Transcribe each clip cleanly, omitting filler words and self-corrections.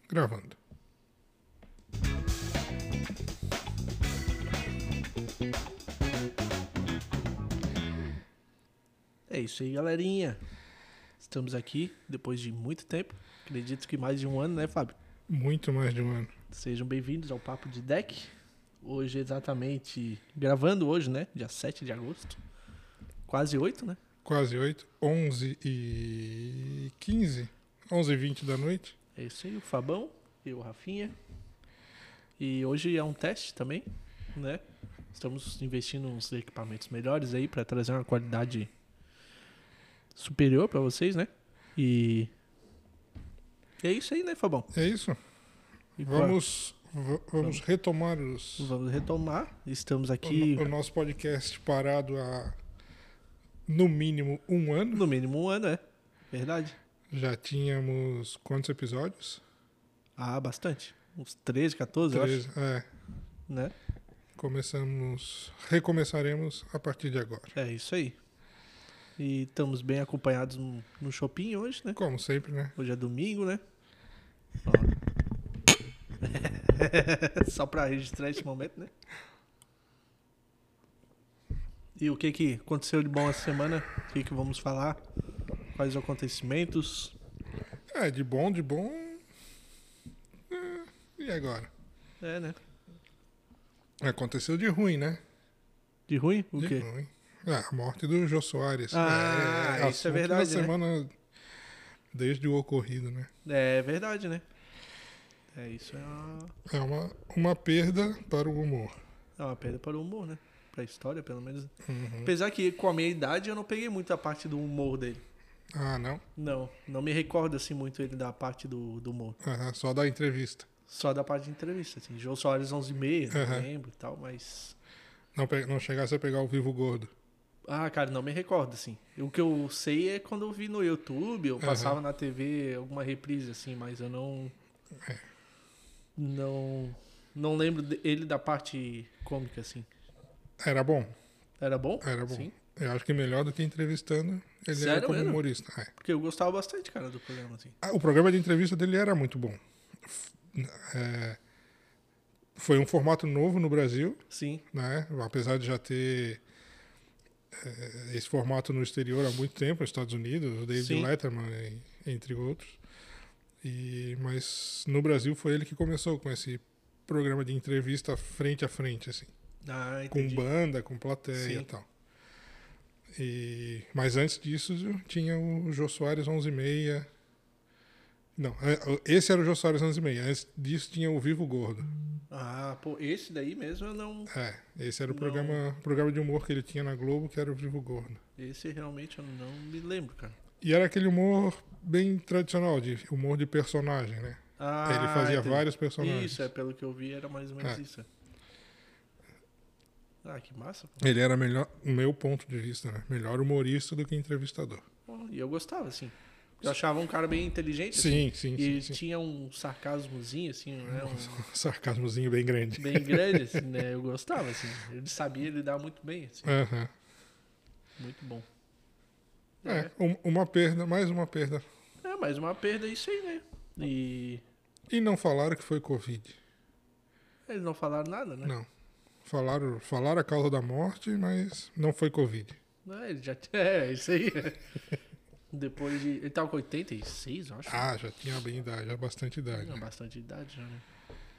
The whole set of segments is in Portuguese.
Gravando. É isso aí, galerinha. Estamos aqui depois de muito tempo. Acredito que mais de um ano, né, Fábio? Muito mais de um ano. Sejam bem-vindos ao Papo de Deck. Hoje, exatamente, gravando hoje, né? Dia 7 de agosto. Quase 8, né? Quase 8, 11h15, 11h20 da noite. É isso aí, o Fabão e o Rafinha. E hoje é um teste também, né? Estamos investindo nos equipamentos melhores aí para trazer uma qualidade superior para vocês, né? E é isso aí, né, Fabão? É isso. E Vamos retomar Vamos retomar. Estamos aqui o nosso podcast parado há, no mínimo, um ano. no mínimo um ano, é verdade. Já tínhamos quantos episódios? Ah, bastante. Uns 13, 14, eu acho, 13. É. né? Recomeçaremos a partir de agora. É isso aí. E estamos bem acompanhados no shopping hoje, né? Como sempre, né? Hoje é domingo, né? Ó. Só pra registrar esse momento, né? E o que aconteceu de bom essa semana? O que vamos falar? Quais os acontecimentos? É, de bom. E agora? É, né? Aconteceu de ruim, né? De ruim? O De quê? ruim. A morte do Jô Soares. Isso é assunto verdade, da né? semana desde o ocorrido, né? É verdade, né? É isso, É uma perda para o humor. é uma perda para o humor, né? Pra história, pelo menos. Uhum. Apesar que com a minha idade eu não peguei muito a parte do humor dele. Ah, não? Não me recordo assim muito ele da parte do humor. Só da entrevista. Só da parte de entrevista, assim. Jô Soares 11h30, não Aham. lembro e tal, mas... Não chegasse a pegar o Vivo Gordo. Ah, cara, não me recordo, assim. O que eu sei é quando eu vi no YouTube, eu passava na TV alguma reprise, assim, mas eu não... Não lembro ele da parte cômica, assim. Era bom? Era bom? Era bom. Sim. Eu acho que melhor do que entrevistando. Ele Sério era como mesmo? humorista. É. Porque eu gostava bastante, cara, do programa, assim. O programa de entrevista dele era muito bom. Foi um formato novo no Brasil, Sim, né? Apesar de já ter esse formato no exterior há muito tempo, nos Estados Unidos, o David Sim. Letterman, entre outros. Mas no Brasil foi ele que começou com esse programa de entrevista frente a frente, assim, ah, com entendi. banda, com plateia Sim. e tal. Mas antes disso tinha o Jô Soares 11h30. Não, esse era o Jô Soares 11h30. Antes disso tinha o Vivo Gordo. Ah, pô, esse daí mesmo eu não... Esse era o Não. programa de humor que ele tinha na Globo, que era o Vivo Gordo. Esse realmente eu não me lembro, cara. E era aquele humor bem tradicional, de humor de personagem, né? Ah, Ele fazia entendi. vários personagens. Isso, pelo que eu vi, era mais ou menos É. isso. Ah, que massa, pô. Ele era melhor, no meu ponto de vista, né? Melhor humorista do que entrevistador. Pô, e eu gostava, assim. Eu achava um cara bem inteligente, Sim, assim. sim, E sim. tinha um sarcasmozinho, assim, né? Um Sarcasmozinho bem grande. bem grande, assim, né? Eu gostava, assim. Ele sabia lidar muito bem, assim. Aham. Muito bom. Uma perda, mais uma perda. É, mais uma perda, é isso aí, né? E E não falaram que foi Covid. eles não falaram nada, né? Não. Falaram a causa da morte, mas não foi Covid. Ele já... É, isso aí. Depois de... Ele tava com 86, eu acho. Já tinha bem idade, já bastante idade. Tinha bastante idade já, né?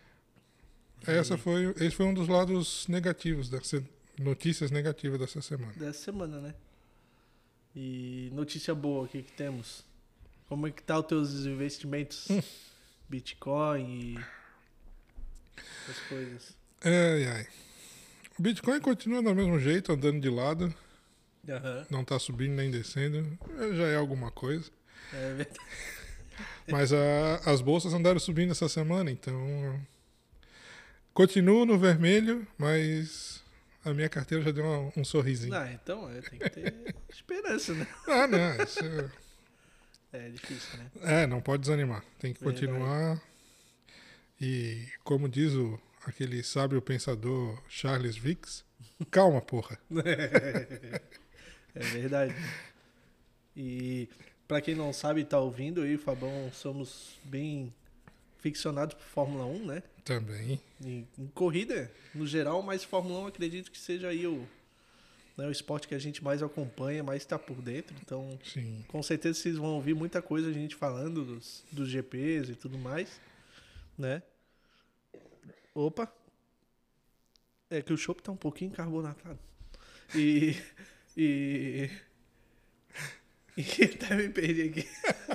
Esse foi um dos lados negativos, notícias negativas dessa semana. Dessa semana, né? E notícia boa, o que temos? Como é que tá os teus investimentos? Bitcoin e essas coisas. Ai. O Bitcoin continua do mesmo jeito, andando de lado. Aham. Não tá subindo nem descendo. Já é alguma coisa. É verdade. Mas as bolsas andaram subindo essa semana, então... Continuo no vermelho, mas a minha carteira já deu um sorrisinho. Não, então tem que ter esperança, né? Não, isso... É difícil, né? Não pode desanimar. Tem que continuar. E como diz aquele sábio pensador Charles Vicks, calma, porra. É verdade. E pra quem não sabe e tá ouvindo, eu e o Fabão somos bem ficcionados por Fórmula 1, né? Também. Em corrida, no geral, mas Fórmula 1 acredito que seja aí o esporte que a gente mais acompanha, mais está por dentro. Então, Sim. com certeza vocês vão ouvir muita coisa a gente falando dos GPs e tudo mais, né? Opa! É que o chopp tá um pouquinho carbonatado. E até me perdi aqui.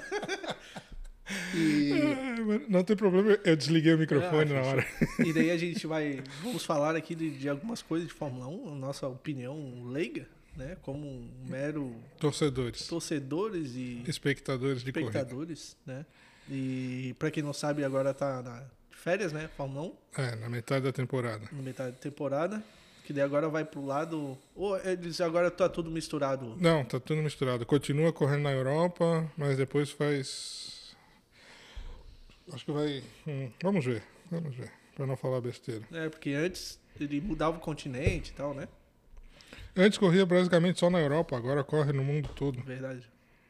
Não tem problema, eu desliguei o microfone na hora. E daí vamos falar aqui de algumas coisas de Fórmula 1, a nossa opinião leiga, né? Como um mero torcedores e espectadores de corrida. Né? E pra quem não sabe, agora tá de férias, né? Fórmula 1. Na metade da temporada. Na metade da temporada. Que daí agora vai pro lado... Ou eles agora tá tudo misturado? Não, tá tudo misturado. Continua correndo na Europa, mas depois faz... Acho que vai... Vamos ver. Pra não falar besteira. Porque antes ele mudava o continente e tal, né? Antes corria basicamente só na Europa, agora corre no mundo todo. Verdade.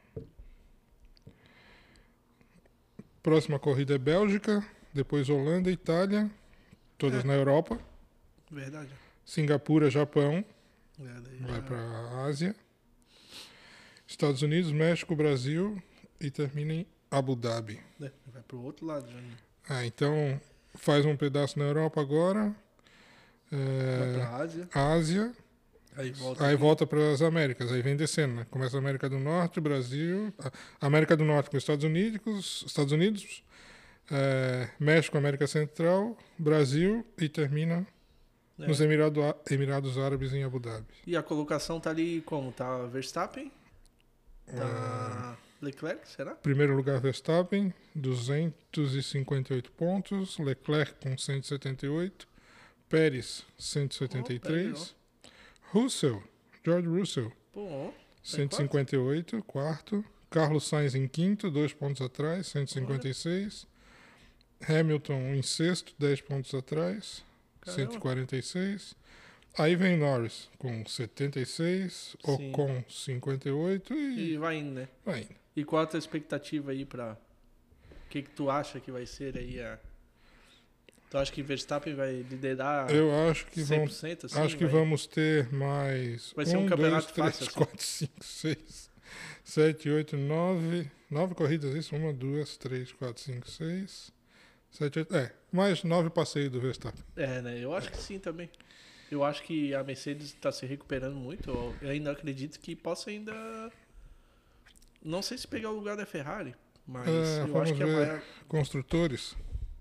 Próxima corrida é Bélgica, depois Holanda e Itália, todas na Europa. Verdade. Singapura, Japão, daí vai para Ásia. Estados Unidos, México, Brasil e termina em Abu Dhabi. Vai pro outro lado já. Então faz um pedaço na Europa agora. Vai pra Ásia. Ásia. Aí volta para as Américas, aí vem descendo, né? Começa a América do Norte, Brasil, América do Norte com Estados Unidos, México, América Central, Brasil e termina nos Emirados Árabes em Abu Dhabi. E a colocação tá ali como? Tá Verstappen? Tá Leclerc, será? Primeiro lugar Verstappen, 258 pontos, Leclerc com 178, Pérez 173, George Russell, 158, quarto. Carlos Sainz em quinto, 2 pontos atrás, 156. Hamilton em sexto, 10 pontos atrás, 146. Aí vem Norris com 76, Ocon 58 e vai indo, né? Vai indo. E qual a tua expectativa aí pra... O que tu acha que vai ser aí a... Tu acha que Verstappen vai liderar? Eu acho que 100%, assim, acho que vamos ter mais. Vai ser um campeonato 2, 3, fácil, 4, 5, 6, 7, 8, 9. 9 corridas, isso? 1, 2, 3, 4, 5, 6, 7, 8. Mais 9 passeios do Verstappen. Né? Eu acho que sim também. Eu acho que a Mercedes está se recuperando muito. Eu ainda acredito que possa ainda. Não sei se pegar o lugar da Ferrari, mas eu acho que a maior. Construtores.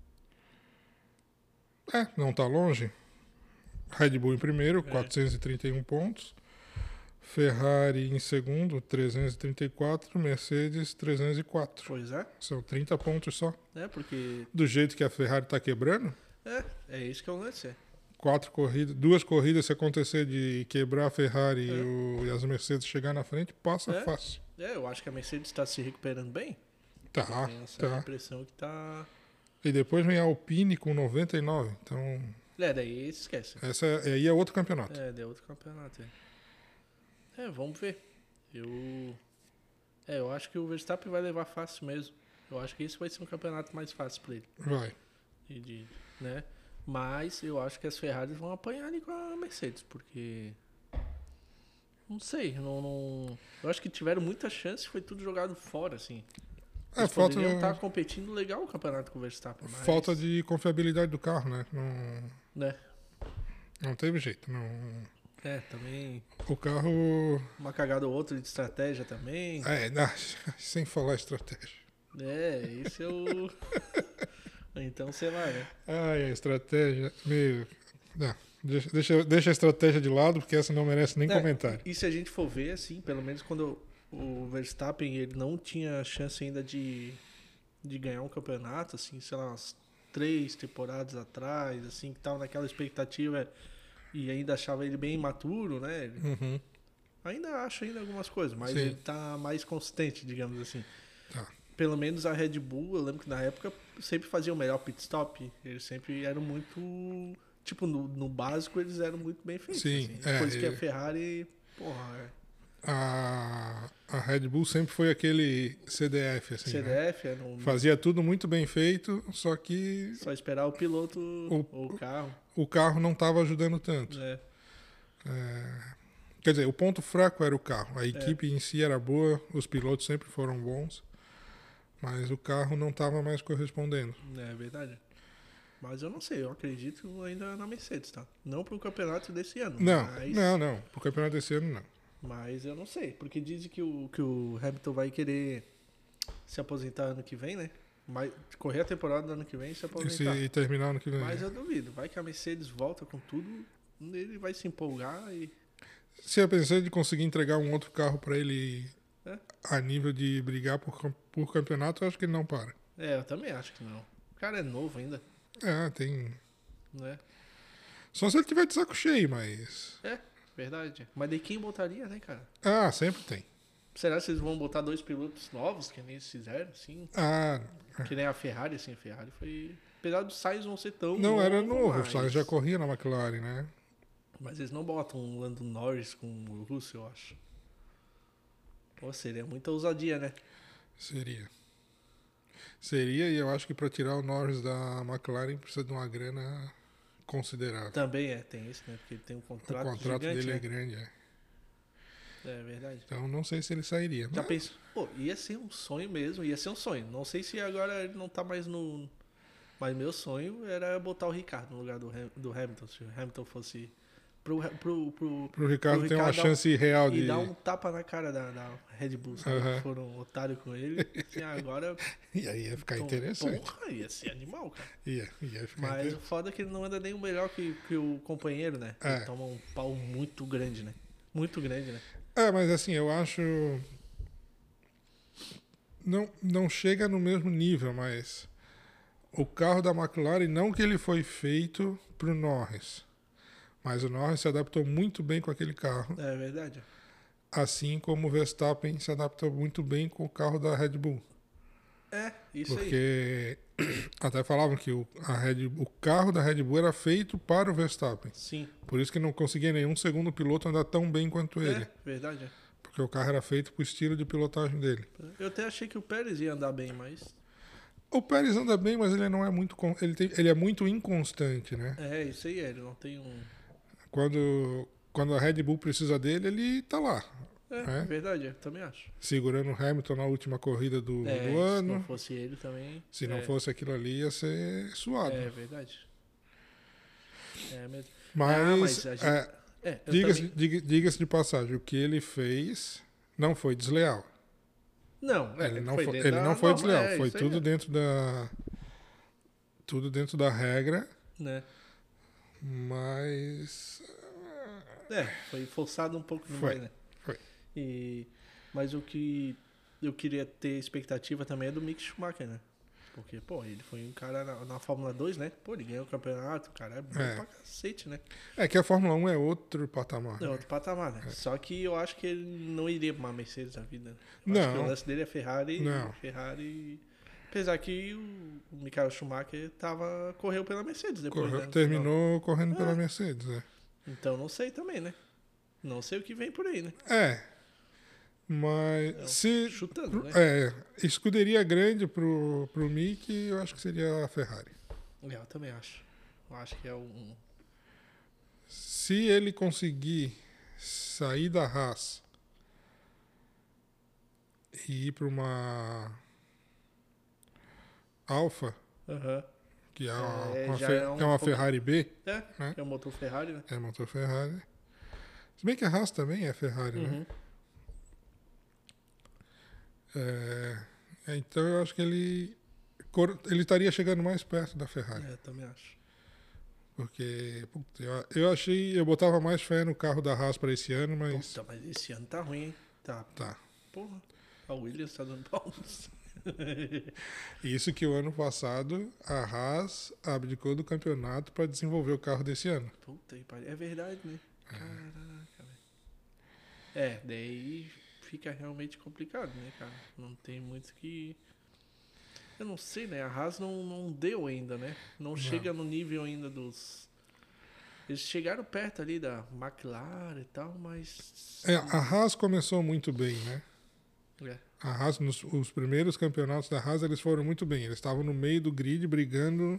Não tá longe. Red Bull em primeiro, 431 pontos. Ferrari em segundo, 334. Mercedes, 304. Pois é. São 30 pontos só. Porque... Do jeito que a Ferrari tá quebrando. É isso que é o lance. 2 corridas, se acontecer de quebrar a Ferrari e as Mercedes chegar na frente, passa fácil. Eu acho que a Mercedes está se recuperando bem. Tá. Essa impressão que tá... E depois vem a Alpine com 99, então... daí esquece. Aí é outro campeonato. Daí é outro campeonato. Vamos ver. Eu acho que o Verstappen vai levar fácil mesmo. Eu acho que esse vai ser um campeonato mais fácil para ele. Vai. Né? Mas eu acho que as Ferraris vão apanhar ali com a Mercedes, porque... Não sei, não... Eu acho que tiveram muita chance, foi tudo jogado fora, assim. Eles poderiam estar competindo legal o campeonato com o Verstappen. Mas... Falta de confiabilidade do carro, né? Não teve jeito. Não... também... O carro... Uma cagada ou outra de estratégia também. Sem falar estratégia. Esse é o... Então, sei lá, né? A estratégia... Não, deixa a estratégia de lado, porque essa não merece nem comentário. E se a gente for ver, assim, pelo menos quando o Verstappen ele não tinha chance ainda de ganhar um campeonato, assim, sei lá, umas 3 temporadas atrás, assim, que tava naquela expectativa e ainda achava ele bem imaturo, né? Ainda acho algumas coisas, mas ele tá mais consistente, digamos assim. Tá. Pelo menos a Red Bull, eu lembro que na época sempre fazia o melhor pit stop. Eles sempre eram muito... Tipo, no básico eles eram muito bem feitos. Sim. Assim. Coisa que a Ferrari, porra... a Red Bull sempre foi aquele CDF, assim, né? CDF, Fazia tudo muito bem feito, só que só esperar o piloto ou o carro. o carro não estava ajudando tanto. É. Quer dizer, o ponto fraco era o carro. A equipe em si era boa, os pilotos sempre foram bons, mas o carro não estava mais correspondendo. É verdade. Mas eu não sei, eu acredito ainda na Mercedes, tá? Não pro campeonato desse ano. Não. Pro campeonato desse ano, não. Mas eu não sei, porque dizem que o Hamilton vai querer se aposentar ano que vem, né? Correr a temporada do ano que vem e se aposentar. E terminar ano que vem. Mas eu duvido. Vai que a Mercedes volta com tudo, ele vai se empolgar e... Se a Mercedes conseguir entregar um outro carro para ele a nível de brigar por campeonato, eu acho que ele não para. Eu também acho que não. O cara é novo ainda. Tem... Né? Só se ele tiver de saco cheio, mas... Verdade. Mas daí quem botaria, né, cara? Sempre tem. Será que eles vão botar 2 pilotos novos, que nem eles fizeram, assim? Que nem a Ferrari, assim. A Ferrari foi... Apesar dos Sainz não ser tão não, era novo. Mas... O Sainz já corria na McLaren, né? Mas eles não botam um Lando Norris com o Russell, eu acho. Pô, seria muita ousadia, né? Seria, e eu acho que para tirar o Norris da McLaren precisa de uma grana considerável. Também tem isso, né? Porque ele tem um contrato gigante. O contrato dele né? é grande, É verdade. Então não sei se ele sairia. Já penso, ia ser um sonho mesmo, ia ser um sonho. Não sei se agora ele não tá mais no... Mas meu sonho era botar o Ricardo no lugar do Hamilton. Se o Hamilton fosse... Pro Ricardo ter uma chance real de... E dar um tapa na cara da Red Bull, sabe? Foram um otário com ele. Assim, agora... E aí ia ficar interessante. Porra, ia ser animal, cara. Ia ficar Mas o foda é que ele não anda nem o melhor que o companheiro, né? Ele toma um pau muito grande, né? Muito grande, né? Mas assim, eu acho... Não chega no mesmo nível, mas... O carro da McLaren, não que ele foi feito pro Norris... Mas o Norris se adaptou muito bem com aquele carro. É verdade. Assim como o Verstappen se adaptou muito bem com o carro da Red Bull. Isso aí. Porque até falavam que o carro da Red Bull era feito para o Verstappen. Sim. Por isso que não conseguia nenhum segundo piloto andar tão bem quanto ele. Verdade. Porque o carro era feito para o estilo de pilotagem dele. Eu até achei que o Pérez ia andar bem, mas... O Pérez anda bem, mas ele não é muito... Ele é muito inconstante, né? Isso aí ele não tem um... Quando a Red Bull precisa dele, ele tá lá. Verdade, eu também acho. Segurando o Hamilton na última corrida do ano. Se não fosse ele também... Se não fosse aquilo ali, ia ser suado. É verdade. É mesmo. Mas gente... diga-se de passagem, o que ele fez não foi desleal. Não, ele não foi desleal. Foi tudo dentro da regra. Né? Mas... foi forçado um pouco demais, né? Foi. Mas o que eu queria ter expectativa também é do Mick Schumacher, né? Porque, ele foi um cara na Fórmula 2, né? Ele ganhou o campeonato, o cara é bom pra cacete, né? Que a Fórmula 1 é outro patamar. É outro patamar, né? Só que eu acho que ele não iria pra uma Mercedes da vida. Não. Acho que o lance dele é Ferrari. Não. Ferrari... Apesar que o Michael Schumacher correu pela Mercedes depois, né? Terminou correndo pela Mercedes, Então não sei também, né? Não sei o que vem por aí, né? Mas chutando, né? Escuderia grande pro Mick, eu acho que seria a Ferrari. Eu também acho. Eu acho que é um... Se ele conseguir sair da Haas e ir para uma Alfa, que é uma Ferrari B. Né? É um motor Ferrari, né? É motor Ferrari. Se bem que a Haas também é Ferrari, né? Então eu acho que ele estaria chegando mais perto da Ferrari. Eu também acho. Porque eu botava mais fé no carro da Haas para esse ano, mas... Mas esse ano tá ruim, hein? Tá. Porra, a Williams tá dando palmas. Isso que o ano passado a Haas abdicou do campeonato para desenvolver o carro desse ano. Puta que pariu. É verdade, né? Caraca, velho. Daí fica realmente complicado, né, cara? Não tem muito que... Eu não sei, né? A Haas não deu ainda, né? Não chega no nível ainda Eles chegaram perto ali da McLaren e tal, mas. A Haas começou muito bem, né? É. A Haas, os primeiros campeonatos da Haas, eles foram muito bem. Eles estavam no meio do grid brigando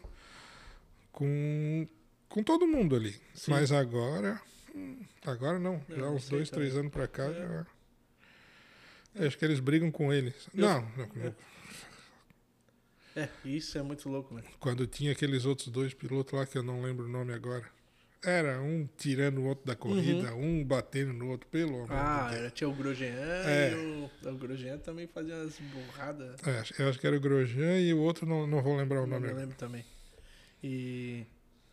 com todo mundo ali. Sim. Mas agora não. Eu Já não uns sei 2, 3 também. anos pra cá, É. já... Acho que eles brigam com eles. Não. Isso é muito louco, né? Quando tinha aqueles outros dois pilotos lá, que eu não lembro o nome agora. Era um tirando o outro da corrida, um batendo no outro, pelo amor de Deus. Tinha o Grosjean e o Grosjean também fazia umas burradas. Eu acho que era o Grosjean e o outro não vou lembrar o nome Eu agora. lembro também. E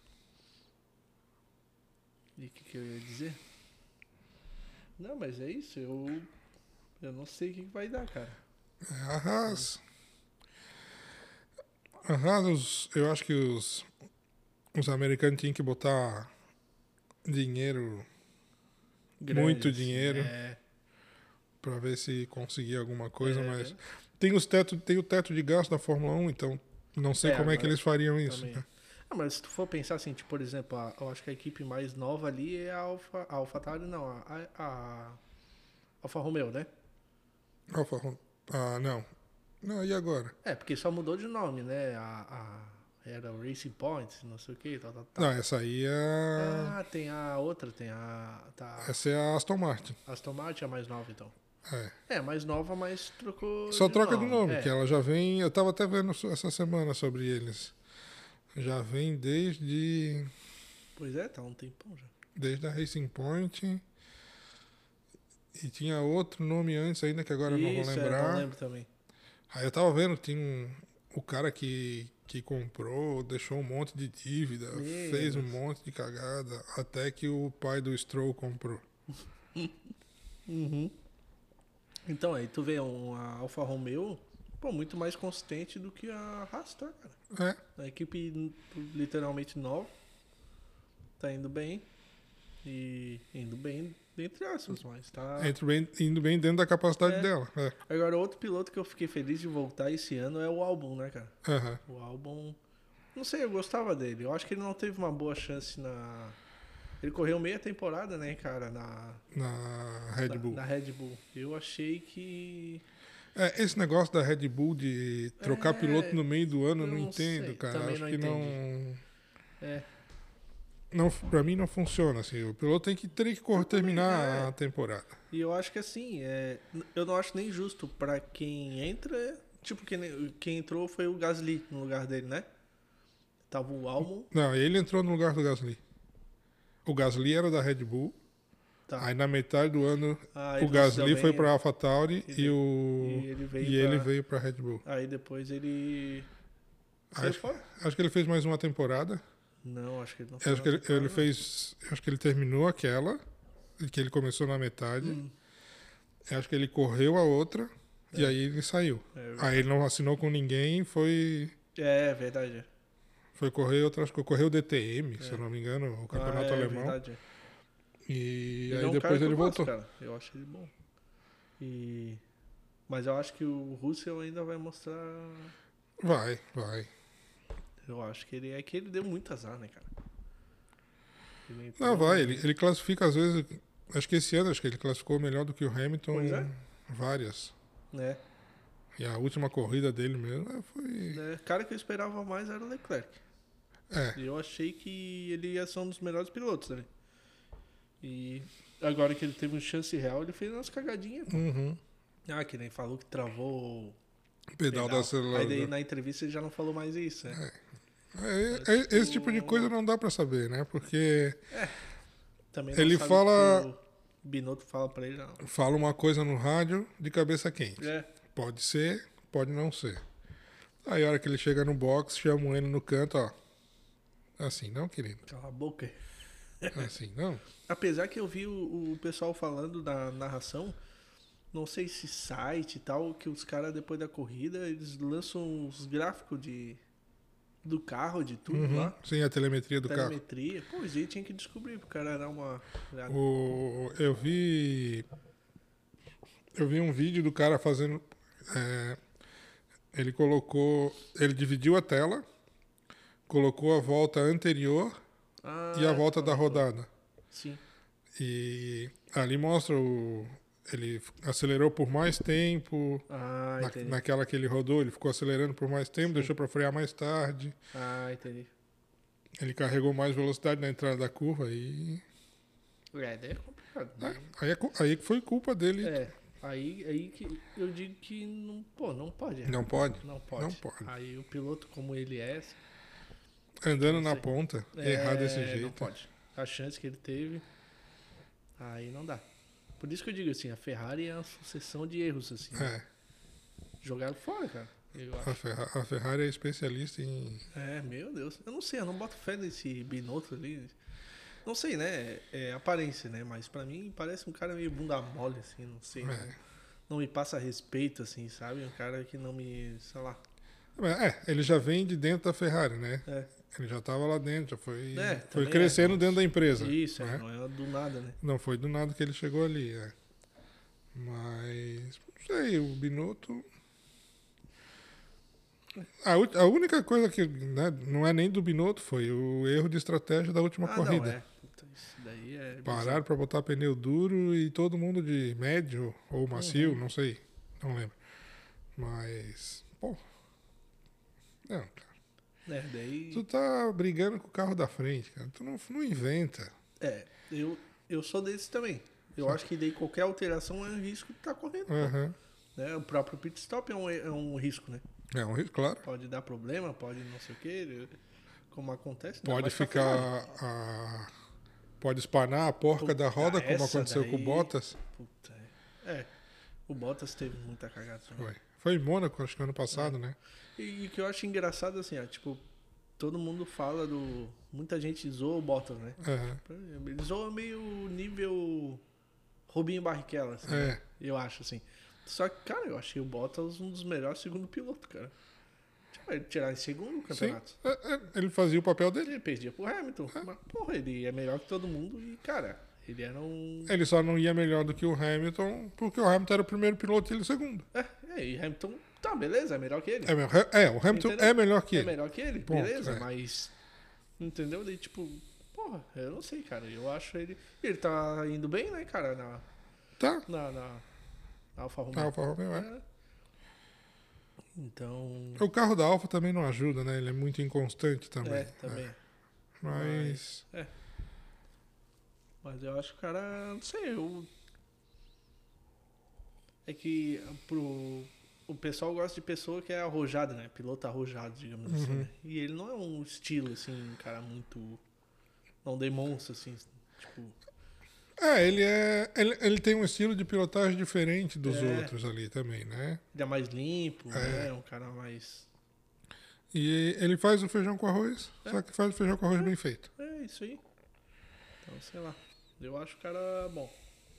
o que eu ia dizer? Não, mas é isso. Eu não sei o que vai dar, cara. A Haas, eu acho que os americanos tinham que botar dinheiro, Grande, muito assim, dinheiro, pra ver se conseguia alguma coisa, mas né? tem o teto de gasto da Fórmula 1, então não sei como é que agora eles fariam isso. também. Né? Mas se tu for pensar assim, tipo, por exemplo, eu acho que a equipe mais nova ali é a AlphaTauri, não, a Alfa Romeo, né? Não. Não, e agora? Porque só mudou de nome, né? Era o Racing Point, não sei o que, tal. Não, essa aí é. Tem a outra, Essa é a Aston Martin. Aston Martin é a mais nova, então. É. Mais nova, mas trocou. Só troca de nome, que É. ela já vem. Eu tava até vendo essa semana sobre eles. Já vem desde. Pois é, tá um tempão já. Desde a Racing Point. E tinha outro nome antes ainda, que agora eu não vou lembrar. Eu não lembro também. Aí eu tava vendo, tinha o cara que comprou, deixou um monte de dívida, fez um monte de cagada, até que o pai do Stroll comprou. Uhum. Então, aí tu vê a Alfa Romeo, muito mais consistente do que a Haas, tá, cara? A equipe literalmente nova, tá indo bem, e indo bem entre aspas, mas tá... Indo bem dentro da capacidade dela. Agora, outro piloto que eu fiquei feliz de voltar esse ano é o Albon, né, cara? O Albon, não sei, eu gostava dele. Eu acho que ele não teve uma boa chance na... Ele correu meia temporada, né, cara, na Red Bull. Na Red Bull. Eu achei que... Esse negócio da Red Bull de trocar piloto no meio do ano, eu não entendo, sei, cara. também Acho não que entendi. não, pra mim não funciona assim. O piloto tem que terminar a temporada. E eu acho que assim, eu não acho nem justo pra quem entra. Tipo, quem entrou foi o Gasly no lugar dele, né? Tava o Albon. Não, ele entrou no lugar do Gasly. O Gasly era da Red Bull. Tá. Aí na metade do ano o Gasly foi pra AlphaTauri e ele veio pra Red Bull. Aí depois ele... Acho que ele fez mais uma temporada. Não, acho que ele não fez. Acho que ele terminou aquela, que ele começou na metade. Acho que ele correu a outra e aí ele saiu. Aí ele não assinou com ninguém, foi... Verdade. Foi correr correu o DTM, se eu não me engano, o campeonato alemão. Verdade. E aí depois ele voltou. Cara. Eu acho ele bom. Mas eu acho que o Russell ainda vai mostrar... Vai. Eu acho que ele deu muito azar, né, cara? Ele classifica às vezes... Acho que esse ano ele classificou melhor do que o Hamilton várias. E a última corrida dele mesmo foi... cara que eu esperava mais era o Leclerc. E eu achei que ele ia ser um dos melhores pilotos, né? E agora que ele teve uma chance real, ele fez umas cagadinhas. Que nem falou que travou o pedal da acelerador. Aí daí na entrevista ele já não falou mais isso, né? Esse tipo de coisa não dá pra saber, né? Porque também não ele sabe fala... que o Binotto fala pra ele, não. Fala uma coisa no rádio de cabeça quente. Pode ser, pode não ser. Aí a hora que ele chega no box, chamam ele no canto, ó. Assim não, querido. Cala a boca. Assim não. Apesar que eu vi o pessoal falando da narração, não sei se site e tal, que os caras depois da corrida, eles lançam os gráficos do carro, de tudo lá. Sim, a telemetria do carro. Pô, isso aí tinha que descobrir pro cara dar uma... Eu vi um vídeo do cara fazendo... Ele dividiu a tela, colocou a volta anterior e a volta da comentou. rodada. Sim. E ali mostra ele acelerou por mais tempo. Entendi. Naquela que ele rodou, ele ficou acelerando por mais tempo, Sim. deixou para frear mais tarde. Entendi. Ele carregou mais velocidade na entrada da curva e. Daí é complicado. Né? Aí que foi culpa dele. Aí que eu digo que não pode. Não pode? Não pode. Não pode. Aí o piloto, como ele é. Andando na ponta, errar desse jeito. Não pode. A chance que ele teve, aí não dá. Por isso que eu digo assim, a Ferrari é uma sucessão de erros, assim. É. Jogaram fora, cara. Eu acho. A Ferrari é especialista em. Meu Deus. Eu não sei, eu não boto fé nesse Binotto ali. Não sei, né? É aparência, né? Mas pra mim parece um cara meio bunda mole, assim, não sei. Não me passa respeito, assim, sabe? Um cara que não me, sei lá. Ele já vem de dentro da Ferrari, né? Ele já estava lá dentro, já foi crescendo dentro da empresa. Isso, né? Não é do nada, né? Não foi do nada que ele chegou ali, Mas, não sei, o Binotto... A única coisa que não é nem do Binotto foi o erro de estratégia da última corrida. Não, Puta, isso daí é... Pararam para botar pneu duro e todo mundo de médio ou macio, não sei, não lembro. Mas, pô... Não, cara. Daí... Tu tá brigando com o carro da frente, cara. Tu não inventa. Eu sou desse também. Eu acho que daí qualquer alteração é um risco que tá correndo. Né? O próprio pit stop é um risco, né? É um risco, claro. Pode dar problema, pode não sei o que, como acontece. Pode ficar... Pode espanar a porca da roda, como aconteceu com o Bottas. Puta, o Bottas teve muita cagada. Foi em Mônaco, acho que ano passado, né? E o que eu acho engraçado, assim, tipo, todo mundo fala do... Muita gente zoa o Bottas, né? Ele zoa meio nível Rubinho Barrichello, assim, né? Eu acho, assim. Só que, cara, eu achei o Bottas um dos melhores segundo piloto, cara. Ele tirar em segundo no campeonato. Sim, ele fazia o papel dele. Ele perdia pro Hamilton. Mas, porra, ele é melhor que todo mundo e, cara, ele era um... Ele só não ia melhor do que o Hamilton, porque o Hamilton era o primeiro piloto e ele o segundo. E Hamilton, tá, beleza, é melhor que ele. O Hamilton é melhor que ele. É melhor que ele, Ponto, beleza, mas... Entendeu? Daí, tipo, porra, eu não sei, cara. Eu acho ele... Ele tá indo bem, né, cara, na Alfa Romeo. Alfa Romeo, Então... O carro da Alfa também não ajuda, né? Ele é muito inconstante também. Também. Mas... Mas eu acho que o cara... Não sei, É que o pessoal gosta de pessoa que é arrojada, né? Piloto arrojado, digamos assim, né? E ele não é um estilo, assim, um cara muito... Não demonstra, assim, tipo... Ele tem um estilo de pilotagem diferente dos outros ali também, né? Ele é mais limpo, né? Um cara mais... E ele faz o feijão com arroz, só que faz o feijão com arroz bem feito. É, isso aí. Então, sei lá. Eu acho o cara bom.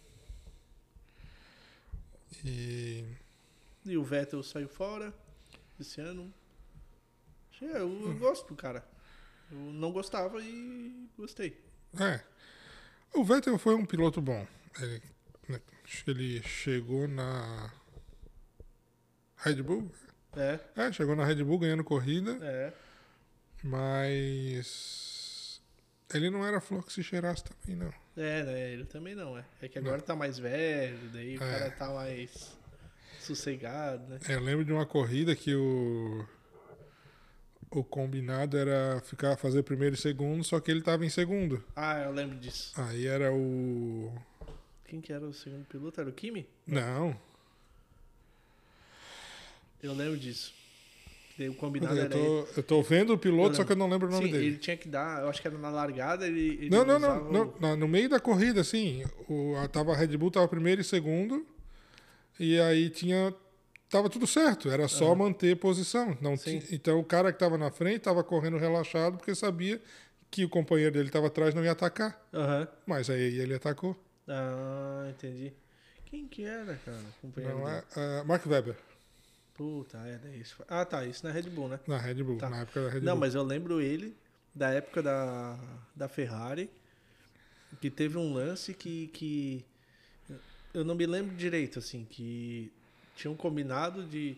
E o Vettel saiu fora esse ano. Eu gosto do cara. Eu não gostava e gostei. O Vettel foi um piloto bom. Acho que ele chegou na Red Bull. Chegou na Red Bull ganhando corrida. Mas ele não era flor que se cheirasse também, não. Ele também não, É que agora tá mais velho, daí o cara tá mais sossegado, né? Eu lembro de uma corrida que o combinado era fazer primeiro e segundo, só que ele tava em segundo. Eu lembro disso. Aí era o... Quem que era o segundo piloto? Era o Kimi? Não. Eu lembro disso. O combinado era ele. Eu tô vendo o piloto, só que eu não lembro o nome dele. Ele tinha que dar, eu acho que era na largada, ele não. No meio da corrida, assim, a Red Bull tava primeiro e segundo, e aí tava tudo certo, era só manter posição. Então o cara que tava na frente tava correndo relaxado, porque sabia que o companheiro dele tava atrás não ia atacar. Mas aí ele atacou. Entendi. Quem que era, cara? Companheiro dele? Mark Webber. Puta, isso. Isso na Red Bull, né? Na Red Bull, na época da Red Bull. Não, mas eu lembro ele da época da Ferrari, que teve um lance que eu não me lembro direito, assim, que tinha um combinado de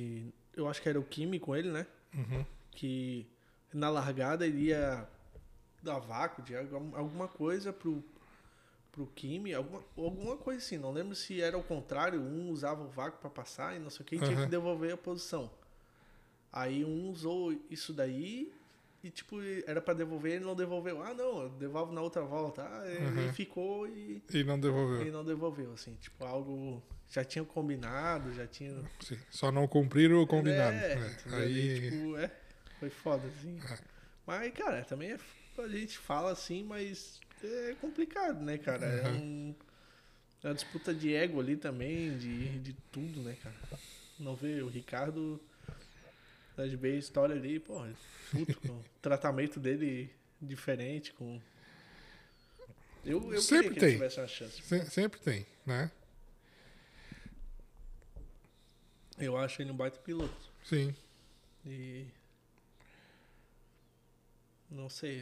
eu acho que era o Kimi com ele, né? Que na largada ele ia da vácuo, de alguma coisa pro Kimi, alguma coisa assim. Não lembro se era o contrário, um usava o vácuo para passar e não sei o que, e tinha que devolver a posição. Aí um usou isso daí e tipo, era para devolver e ele não devolveu. Ah, não, eu devolvo na outra volta. Ah, ele ficou e não devolveu. E não devolveu, assim, tipo, algo já tinha combinado, já tinha... Sim, só não cumpriram o combinado. Aí, tipo, foi foda, assim. Mas, cara, também a gente fala assim, mas é complicado, né, cara? É uma disputa de ego ali também, de tudo, né, cara? Não vê o Ricardo, a gente vê a história ali, pô, puto, com o tratamento dele diferente, com... Eu sempre queria que tem. ele tivesse uma chance. Sempre tem, né? Eu acho ele um baita piloto. Sim. E... não sei.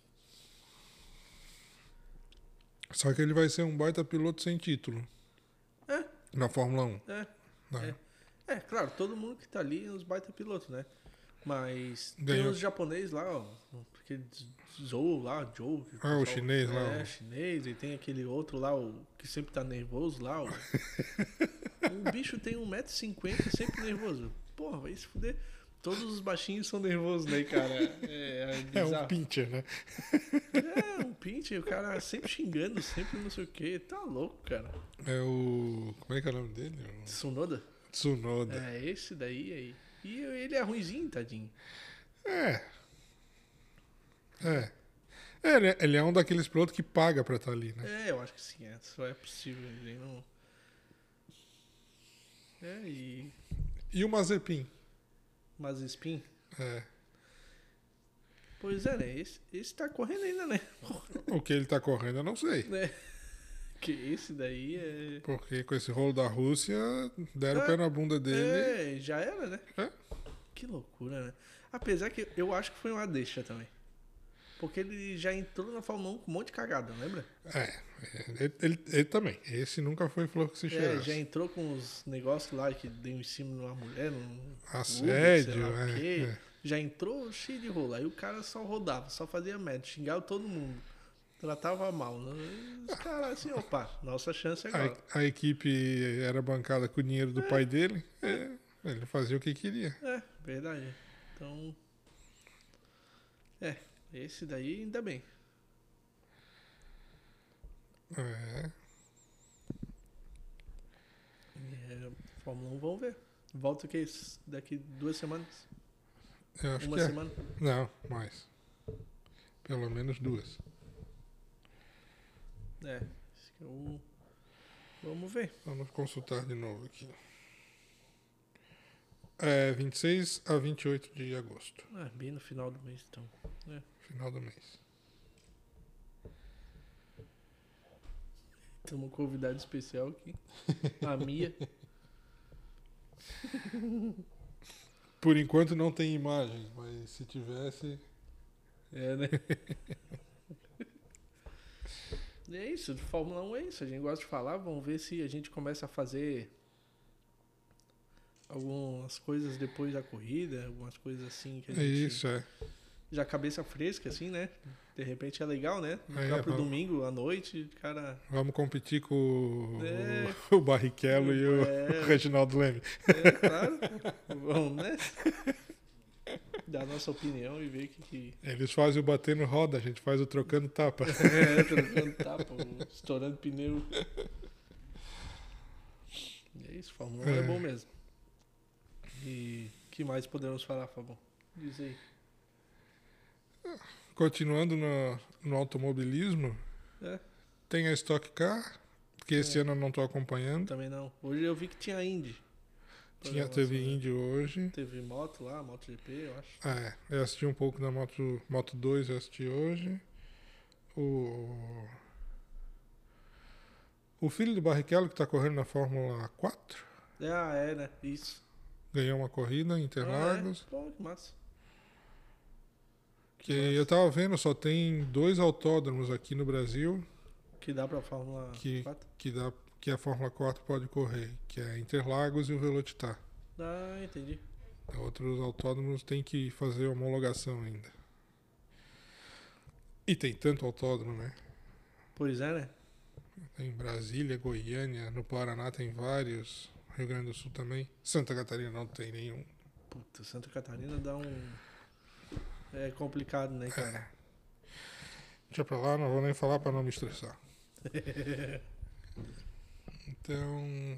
Só que ele vai ser um baita piloto sem título. Na Fórmula 1. Claro, todo mundo que tá ali é uns baita pilotos, né? Mas Ganhou. tem os japoneses lá, ó. Aquele Zou lá, Joe. O chinês lá. É, chinês. E tem aquele outro lá, o que sempre tá nervoso lá. O bicho tem 1,50 m sempre nervoso. Porra, vai se fuder. Todos os baixinhos são nervosos, né, cara? É um pincher, né? Um pincher, o cara sempre xingando, sempre não sei o que. Tá louco, cara. É o... como é que é o nome dele? Tsunoda? Tsunoda. É, esse daí aí. E ele é ruinzinho, tadinho. Ele é um daqueles pilotos que paga pra estar ali, né? Eu acho que sim, só é possível. Ele não... E o Mazepin? Mas Spin? É. Pois é, né? Esse tá correndo ainda, né? O que ele tá correndo, eu não sei. Que esse daí é... Porque com esse rolo da Rússia, deram o pé na bunda dele. Já era, né? Que loucura, né? Apesar que eu acho que foi uma deixa também. Porque ele já entrou na Fórmula 1 com um monte de cagada, lembra? Ele também. Esse nunca foi flor que se cheirasse. Já entrou com os negócios lá que deu em cima de uma mulher, assédio, Já entrou cheio de rolo. Aí o cara só rodava, só fazia merda, xingava todo mundo. Tratava mal. Os caras assim, opa, nossa chance agora. A equipe era bancada com o dinheiro do pai dele. Ele fazia o que queria. Verdade. Então... esse daí ainda bem. Fórmula 1, vamos ver. Volta o que? Daqui 2 semanas? Eu acho Uma que semana? Não, mais. Pelo menos 2. Vamos ver. Vamos consultar de novo aqui. 26 a 28 de agosto. Bem no final do mês, então. Final do mês. Temos um convidado especial aqui. A Mia. Por enquanto não tem imagem, mas se tivesse... né? É isso, de Fórmula 1 é isso. A gente gosta de falar, vamos ver se a gente começa a fazer algumas coisas depois da corrida, algumas coisas assim que a gente... Isso, já cabeça fresca, assim, né? De repente é legal, né? No próprio domingo à noite, cara... Vamos competir com o Barrichello e o Reginaldo Leme. Claro. Vamos, né? Dar a nossa opinião e ver o que... Eles fazem o batendo roda, a gente faz o trocando tapa. Trocando tapa, estourando pneu. É isso, Fórmula 1 é bom mesmo. E o que mais podemos falar, Fabão? Diz aí. Continuando no automobilismo, tem a Stock Car, que esse ano eu não estou acompanhando. Também não. Hoje eu vi que tinha Indy. Teve Indy hoje. Teve moto lá, MotoGP, eu acho. Eu assisti um pouco da Moto 2, eu assisti hoje. O filho do Barrichello, que está correndo na Fórmula 4. Né? Isso. Ganhou uma corrida em Interlagos. Pô, que massa. Que eu tava vendo, só tem 2 autódromos aqui no Brasil que dá pra Fórmula 4? Que a Fórmula 4 pode correr, que é Interlagos e o Velocitar. Entendi. Outros autódromos têm que fazer homologação ainda. E tem tanto autódromo, né? Pois é, né? Tem Brasília, Goiânia, no Paraná tem vários, Rio Grande do Sul também. Santa Catarina não tem nenhum. Puta, Santa Catarina dá um. É complicado, né, cara? Deixa pra lá, não vou nem falar pra não me estressar. Então.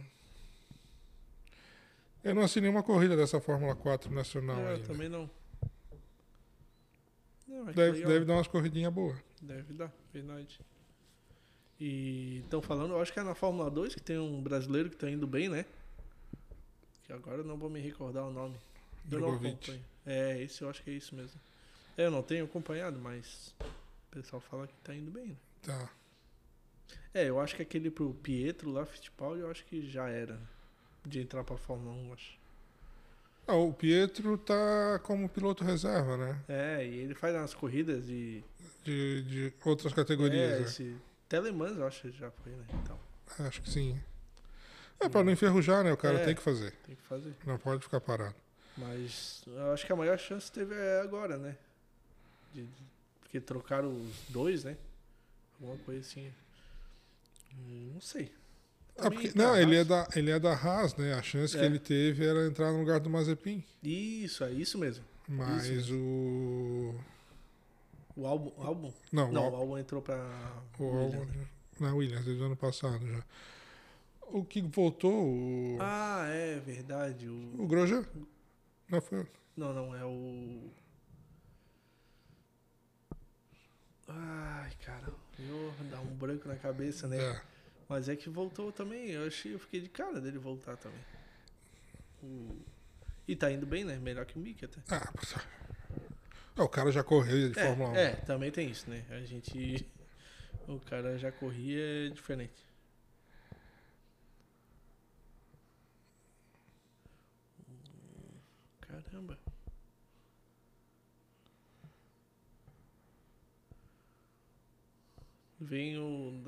Eu não assinei uma corrida dessa Fórmula 4 nacional Eu ainda. também não. Não, é que Deve, legal. deve dar umas corridinhas boas. Deve dar, verdade. E estão falando, eu acho que é na Fórmula 2 que tem um brasileiro que tá indo bem, né? Que agora eu não vou me recordar o nome. Eu não Drogovic. acompanho. É, esse eu acho que é isso mesmo. Eu não tenho acompanhado, mas o pessoal fala que tá indo bem, né? Tá. É, eu acho que aquele pro Pietro lá, Fittipaldi, eu acho que já era de entrar pra Fórmula 1, eu acho. Ah, o Pietro tá como piloto reserva, né? É, e ele faz umas corridas de... De outras categorias, É, né? esse... Telemans, eu acho que já foi, né? Então, Acho que sim. É pra não enferrujar, né? O cara É. tem que fazer. tem que fazer. Não pode ficar parado. Mas eu acho que a maior chance teve agora, né? Porque trocaram os dois, né? Alguma coisa assim. Não sei. Ah, porque, Também não, pra Haas. ele é da Haas, né? A chance que É. ele teve era entrar no lugar do Mazepin. Isso, é isso mesmo. Mas Isso o. O álbum? Não, Não, o álbum entrou pra o Williams, né? na Williams, desde o ano passado já. O que voltou, o. Ah, é verdade. O Grosjean? Não foi. Não, é o... Ai, cara. Dá um branco na cabeça, né? É. Mas é que voltou também. Eu fiquei de cara dele voltar também. E tá indo bem, né? Melhor que o Mick até. Ah, o cara já correu de Fórmula 1. Também tem isso, né? A gente. O cara já corria diferente. Caramba. Vem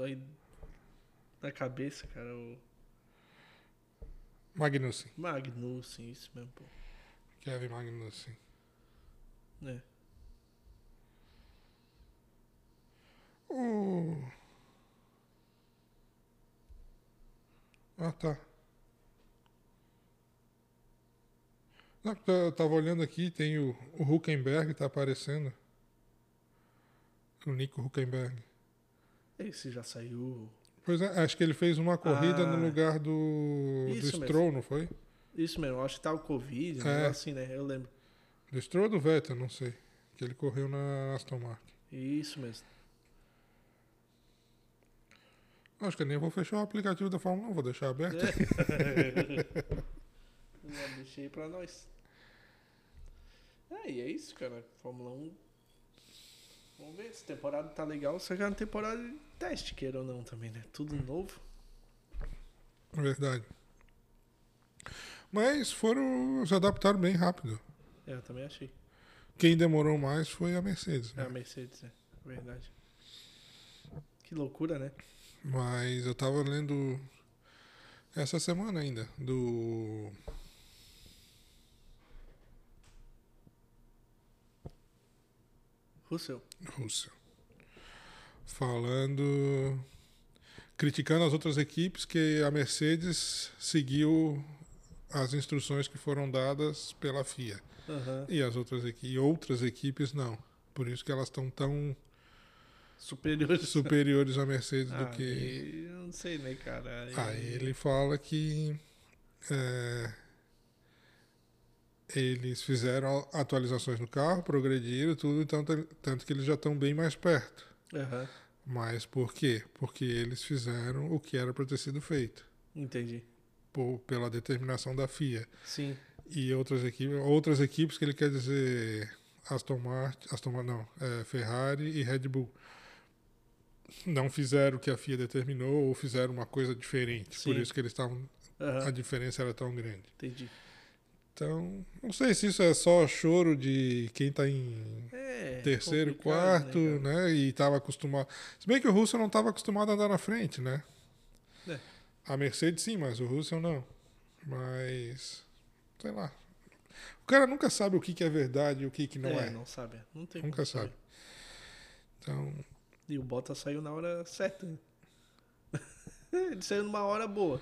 da cabeça, cara, o Magnussen. Magnussen, isso mesmo, pô. Kevin Magnussen. Né? Ah, tá. Não, eu tava olhando aqui, tem o Hülkenberg, tá aparecendo. O Nico Hülkenberg. Esse já saiu. Pois é, acho que ele fez uma corrida no lugar do Isso Stroll, não foi? Isso mesmo, acho que tá o Covid, É. assim, né? Eu lembro. Do Stroll ou do Vettel, não sei. Que ele correu na Aston Martin. Isso mesmo. Acho que eu nem vou fechar o aplicativo da Fórmula 1, vou deixar aberto. Já deixei pra nós. E é isso, cara. Fórmula 1. Vamos ver se a temporada tá legal. Só que é uma temporada de teste, queira ou não, também, né? Tudo novo. Verdade. Mas se adaptaram bem rápido. Eu também achei. Quem demorou mais foi a Mercedes, É a né? Mercedes, verdade. Que loucura, né? Mas eu tava lendo essa semana ainda do Russell. falando, criticando as outras equipes que a Mercedes seguiu as instruções que foram dadas pela FIA. Aham. E as outras equipes não. Por isso que elas estão tão Superiores. superiores à Mercedes do que. Eu não sei, né, cara? Aí ele fala que eles fizeram atualizações no carro, progrediram tudo, então, tanto que eles já estão bem mais perto. Aham. Mas por quê? Porque eles fizeram o que era para ter sido feito, Entendi. pela determinação da FIA. Sim. E outras equipes que ele quer dizer Aston Martin não, Ferrari e Red Bull. Não fizeram o que a FIA determinou ou fizeram uma coisa diferente. Sim. Por isso que eles estavam. Aham. A diferença era tão grande. Entendi. Então, não sei se isso é só choro de quem está em terceiro, complicado, quarto, né, cara? né? E estava acostumado. Se bem que o Russell não estava acostumado a andar na frente, né? É. A Mercedes sim, mas o Russell não. Mas, sei lá. O cara nunca sabe o que é verdade e o que não é. Não sabe. Não tem Nunca como saber. sabe. Então, E o Bottas saiu na hora certa. Né? Ele saiu numa hora boa.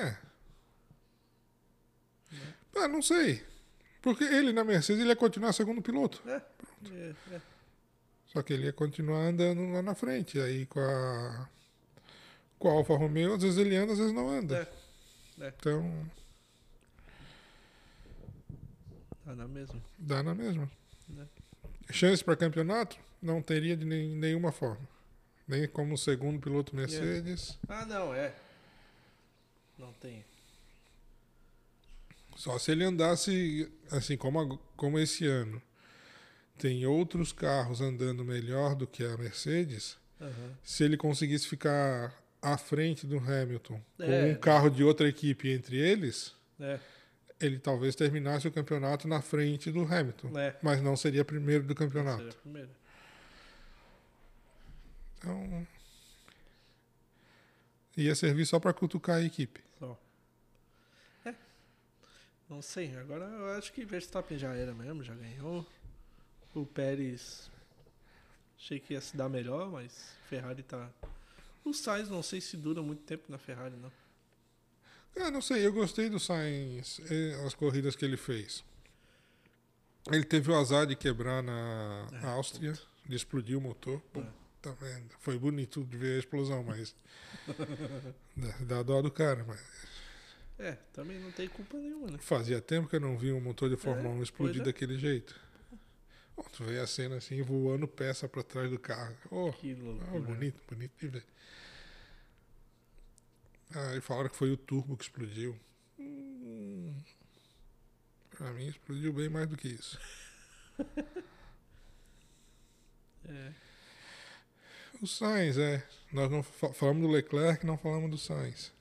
não sei. Porque ele na Mercedes ele ia continuar segundo piloto. É. Só que ele ia continuar andando lá na frente. Aí com a Alfa Romeo, às vezes ele anda, às vezes não anda. Então, Tá na mesma. dá na mesma. Né? Chance para campeonato? Não teria de nenhuma forma. Nem como segundo piloto Mercedes. Não, Não tem. Só se ele andasse assim como esse ano. Tem outros carros andando melhor do que a Mercedes. Se ele conseguisse ficar à frente do Hamilton com um carro de outra equipe entre eles, ele talvez terminasse o campeonato na frente do Hamilton. Mas não seria primeiro do campeonato. Seria primeiro. Então, ia servir só para cutucar a equipe. Só. Não sei. Agora eu acho que Verstappen já era mesmo, já ganhou. O Pérez achei que ia se dar melhor, mas Ferrari tá... O Sainz não sei se dura muito tempo na Ferrari, não. Não sei, eu gostei do Sainz, as corridas que ele fez. Ele teve o azar de quebrar na Áustria, de explodir o motor. Tá vendo? Foi bonito de ver a explosão, mas dá dó do cara. Mas também não tem culpa nenhuma, né? fazia tempo que eu não vi um motor de Fórmula 1 explodir daquele jeito. Tu vê a cena assim, voando peça pra trás do carro. Que loucura. Bonito de ver. E falaram que foi o turbo que explodiu. Pra mim explodiu bem mais do que isso. O Sainz, nós não falamos do Leclerc, não falamos do Sainz.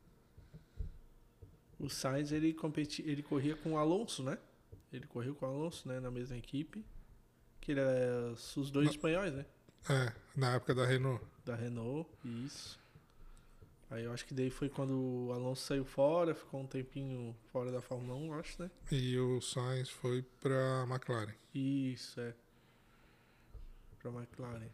O Sainz, ele corria com o Alonso, né? Ele correu com o Alonso, né? Na mesma equipe. Que ele era os dois espanhóis, né? Na época da Renault. Da Renault, isso. Aí eu acho que daí foi quando o Alonso saiu fora, ficou um tempinho fora da Fórmula 1, eu acho, né? E o Sainz foi pra McLaren. Isso, pra McLaren.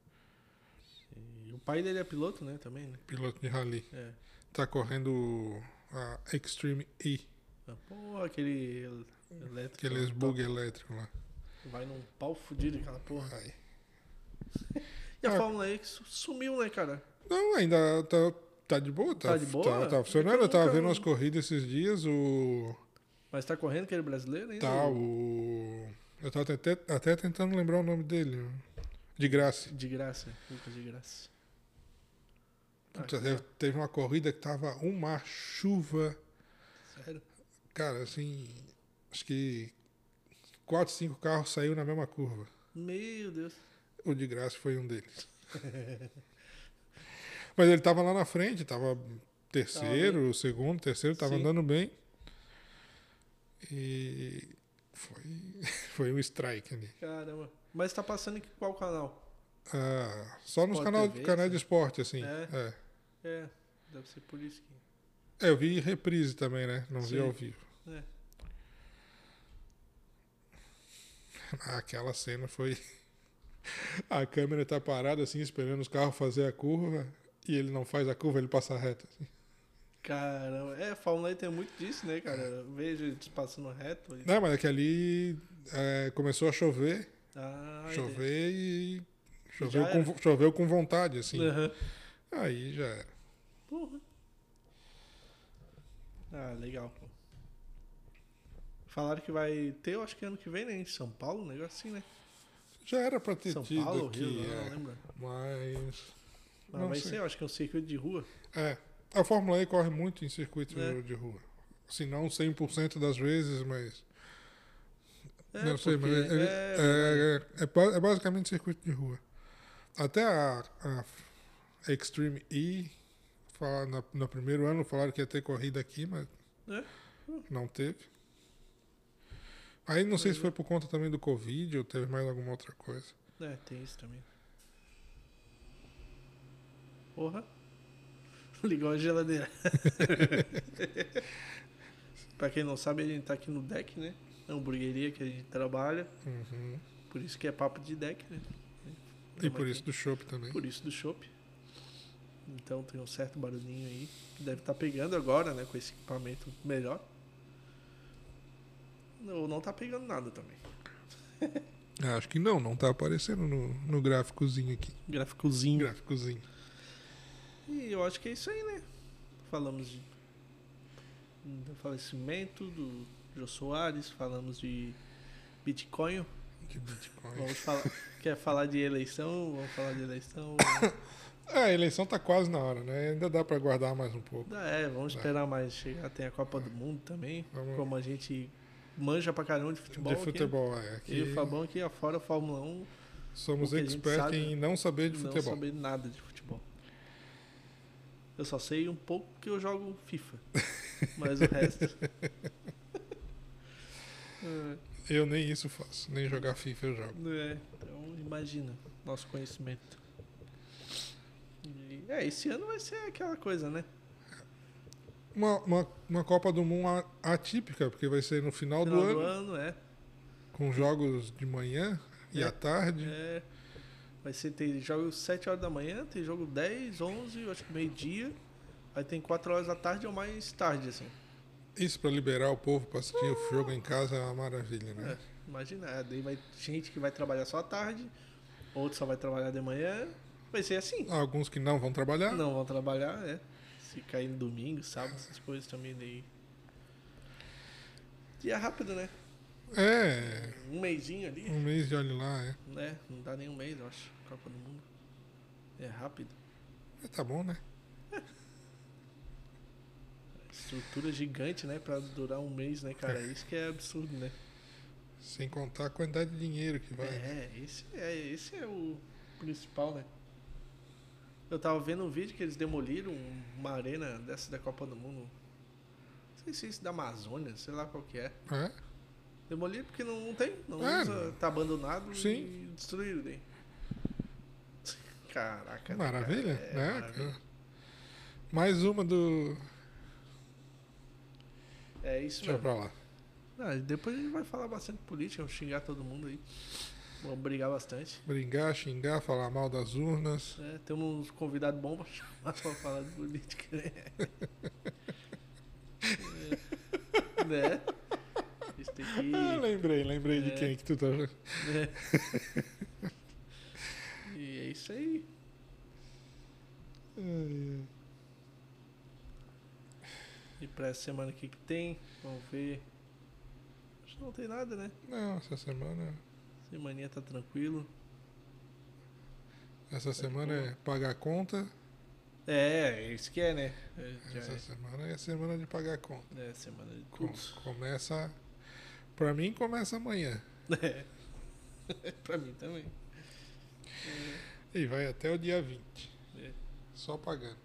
E o pai dele é piloto, né? Também, né? Piloto de rally. Tá correndo a Extreme E. Aquele elétrico. Aqueles bug elétrico lá. Vai num pau fudido aquela porra. E a Fórmula E que sumiu, né, cara? Não, ainda tá de boa. Tá de boa? Tá funcionando. Eu tava vendo as corridas esses dias. Mas tá correndo aquele brasileiro ainda? Eu tava até tentando lembrar o nome dele. De Graça. Lucas de Graça. Teve uma corrida que tava uma chuva. Sério? Cara, assim, acho que 4, 5 carros saíram na mesma curva. Meu Deus. O de Graça foi um deles. Mas ele tava lá na frente, tava terceiro, segundo, terceiro, tava andando bem. E foi um strike ali. Caramba. Mas tá passando em qual canal? Só nos canais de esporte, assim. Deve ser por isso que... Eu vi reprise também, né? Não vi ao vivo. Aquela cena foi... A câmera tá parada, assim, esperando os carros fazer a curva. E ele não faz a curva, ele passa reto, assim. Caramba. A Fórmula E tem muito disso, né, cara? Eu vejo eles passando reto. Não, mas é que ali começou a chover. Choveu com vontade, assim. Aí já era. Porra. Legal, pô. Falaram que vai ter, eu acho que ano que vem, né? Em São Paulo, um negócio assim, né? Já era pra ter São tido Paulo, aqui, Rio, não lembro. Mas vai ser, eu acho que é um circuito de rua. A Fórmula E corre muito em circuito de rua. Se não 100% das vezes, mas... não sei, mas é basicamente circuito de rua. Até a Extreme E, no primeiro ano falaram que ia ter corrida aqui, mas não teve. Aí não sei se foi por conta também do Covid ou teve mais alguma outra coisa. Tem isso também. Porra. Ligou a geladeira. Pra quem não sabe, a gente tá aqui no deck, né? É uma hamburgueria que a gente trabalha. Por isso que é papo de deck, né? E por isso do chopp também. Por isso do chopp. Então tem um certo barulhinho aí que deve estar pegando agora, né? Com esse equipamento melhor. Ou não tá pegando nada também. Acho que não tá aparecendo no gráficozinho aqui. Gráficozinho. Gráficozinho. E eu acho que é isso aí, né? Falamos do falecimento do Jô Soares, falamos de Bitcoin. De Bitcoin. Vamos falar. Quer falar de eleição? Vamos falar de eleição. A eleição tá quase na hora, né? Ainda dá pra guardar mais um pouco. Vamos esperar mais chegar. Tem a Copa do Mundo também. Vamos. Como a gente manja pra caramba de futebol. De futebol, aqui. E o Fabão aqui afora a Fórmula 1. Somos porque a gente experts sabe em não saber de futebol. Não saber nada de futebol. Eu só sei um pouco que eu jogo FIFA. Mas o resto. Eu nem isso faço. Nem jogar FIFA eu jogo. Então imagina nosso conhecimento. E, esse ano vai ser aquela coisa, né? Uma Copa do Mundo atípica, porque vai ser no final do ano. Com jogos de manhã e à tarde. Vai ser, tem jogo 7 horas da manhã, tem jogo 10, 11, acho que meio-dia. Aí tem 4 horas da tarde ou mais tarde, assim. Isso pra liberar o povo pra assistir o jogo em casa é uma maravilha, né? Imagina, daí vai gente que vai trabalhar só à tarde, outros só vai trabalhar de manhã. Vai ser assim. Alguns que não vão trabalhar. Não vão trabalhar, Se cair no domingo, sábado, essas coisas também daí. Dia rápido, né? Um mêsinho ali. Um mês de olho lá, Não dá nem um mês, eu acho. Copa do Mundo. É rápido. Tá bom, né? Estrutura gigante, né? Pra durar um mês, né, cara? Isso que é absurdo, né? Sem contar a quantidade de dinheiro que vai. Esse é o principal, né? Eu tava vendo um vídeo que eles demoliram uma arena dessa da Copa do Mundo. Não sei se é isso da Amazônia, sei lá qual que é. Demoliram porque não tem, não usa, tá abandonado. Sim. E destruíram daí. Caraca. Maravilha, cara, né? Maravilha. Mais uma do... É isso Deixa mesmo. pra lá. Depois a gente vai falar bastante política, vamos xingar todo mundo aí. Vamos brigar bastante. Brigar, xingar, falar mal das urnas. Temos uns convidados bons pra chamar pra falar de política, né? Né? Isso tem que... lembrei de quem que tu tá... E é isso aí. E pra essa semana aqui que tem, vamos ver. Acho que não tem nada, né? Não, essa semana... Semaninha tá tranquilo. Essa semana é pagar a conta. Isso que é, né? Essa semana é a semana de pagar a conta. Semana de tudo. Começa... Pra mim, começa amanhã. Pra mim também. E vai até o dia 20. Só pagando.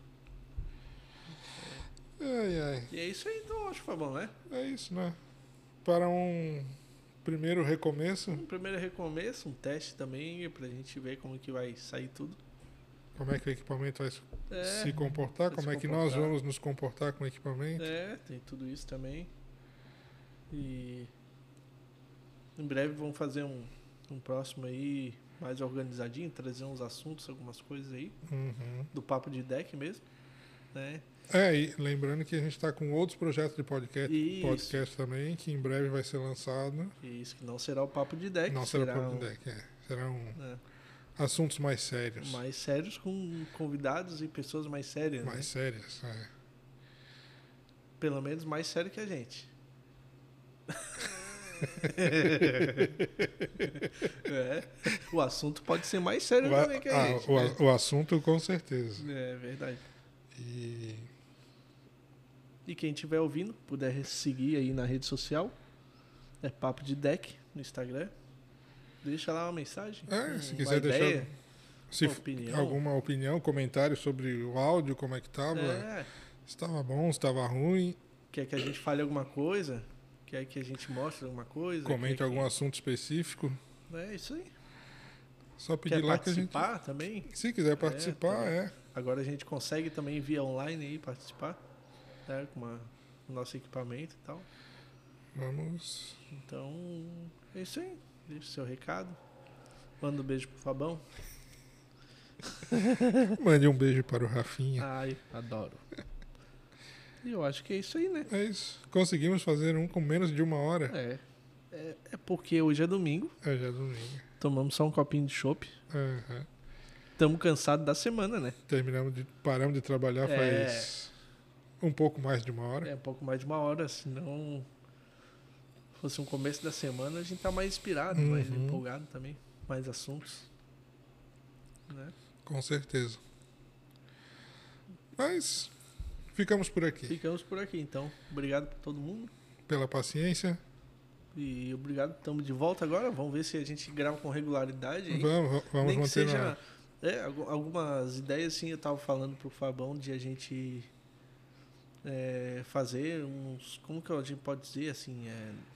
Ai. E é isso aí, então, acho que foi bom, né? É isso, né? Para um primeiro recomeço. Um primeiro recomeço, um teste também, pra gente ver como que vai sair tudo. Como é que o equipamento vai se comportar, como é que nós vamos nos comportar com o equipamento. Tem tudo isso também. E em breve vamos fazer um próximo aí mais organizadinho, trazer uns assuntos, algumas coisas aí. Do papo de deck mesmo, né? E lembrando que a gente está com outros projetos de podcast também, que em breve vai ser lançado. Isso, que não será o papo de deck. Não será o papo de deck, serão assuntos mais sérios. Mais sérios, com convidados e pessoas mais sérias. Mais sérias, Pelo menos mais sério que a gente. O assunto pode ser mais sério também que a gente. O assunto, com certeza. É verdade. E quem estiver ouvindo, puder seguir aí na rede social, é Papo de Deck no Instagram. Deixa lá uma mensagem. Se quiser ideia, deixar alguma opinião, comentário sobre o áudio, como é que estava. Se estava bom, se estava ruim. Quer que a gente fale alguma coisa? Quer que a gente mostre alguma coisa? Comente algum assunto específico. É isso aí. Só pedir lá que a gente... participar também? Se quiser participar, Agora a gente consegue também via online aí participar, com o nosso equipamento e tal. Vamos. Então, é isso aí. Deixa o seu recado. Manda um beijo pro Fabão. Mande um beijo para o Rafinha. Ai, adoro. E eu acho que é isso aí, né? É isso. Conseguimos fazer um com menos de 1 hora. É porque hoje é domingo. É já domingo. Tomamos só um copinho de chopp. Uhum. Estamos cansados da semana, né? Paramos de trabalhar faz um pouco mais de 1 hora. É um pouco mais de 1 hora, senão fosse um começo da semana, a gente tá mais inspirado, mais empolgado também, mais assuntos, né? Com certeza. Mas ficamos por aqui. Ficamos por aqui, então. Obrigado pra todo mundo. Pela paciência. E obrigado, estamos de volta agora. Vamos ver se a gente grava com regularidade aí. Vamos Nem que manter seja, algumas ideias, assim, eu tava falando pro Fabão de a gente fazer uns... Como que a gente pode dizer, assim?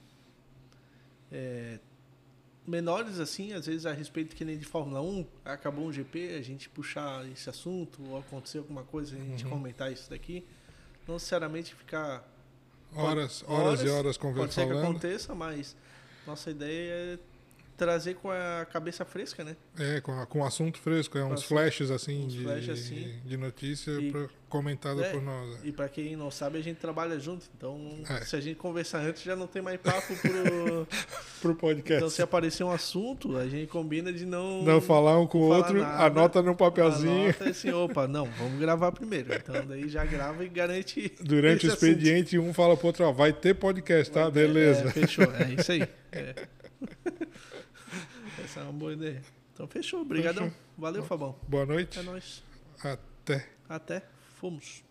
Menores, assim, às vezes a respeito que nem de Fórmula 1, acabou um GP, a gente puxar esse assunto, ou acontecer alguma coisa, a gente comentar isso daqui. Não necessariamente ficar... Horas e horas Pode ser que falando. aconteça, mas nossa ideia é trazer com a cabeça fresca, né? Com assunto fresco, uns flashes assim, de notícia comentada por nós. E para quem não sabe, a gente trabalha junto, então se a gente conversar antes já não tem mais papo pro podcast. Então se aparecer um assunto, a gente combina de não falar um com o outro, nada, anota num papelzinho. Anota assim, vamos gravar primeiro. Então daí já grava e garante. Durante o expediente, um fala pro outro, vai ter podcast, tá? Beleza. Fechou, é isso aí. Essa é uma boa ideia. Então fechou, obrigadão. Valeu, Fabão. Boa noite. É nóis. Até. Fomos.